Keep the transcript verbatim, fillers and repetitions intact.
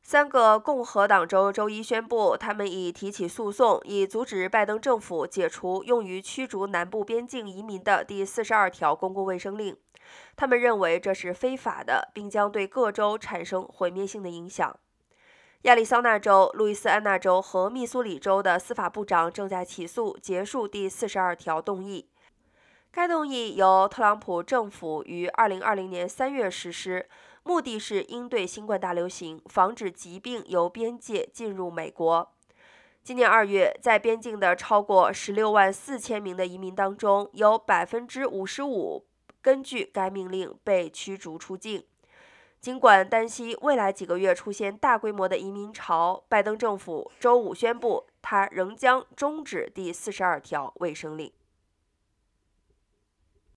三个共和党州周一宣布，他们已提起诉讼，以阻止拜登政府解除用于驱逐南部边境移民的第四十二条公共卫生令。他们认为这是非法的，并将对各州产生毁灭性的影响。亚利桑那州、路易斯安那州和密苏里州的司法部长正在起诉结束第四十二条动议。该动议由特朗普政府于二零二零年三月实施，目的是应对新冠大流行，防止疾病由边界进入美国。今年二月，在边境的超过十六万四千名的移民当中，有百分之五十五根据该命令被驱逐出境。尽管担心未来几个月出现大规模的移民潮，拜登政府周五宣布，他仍将终止第四十二条卫生令。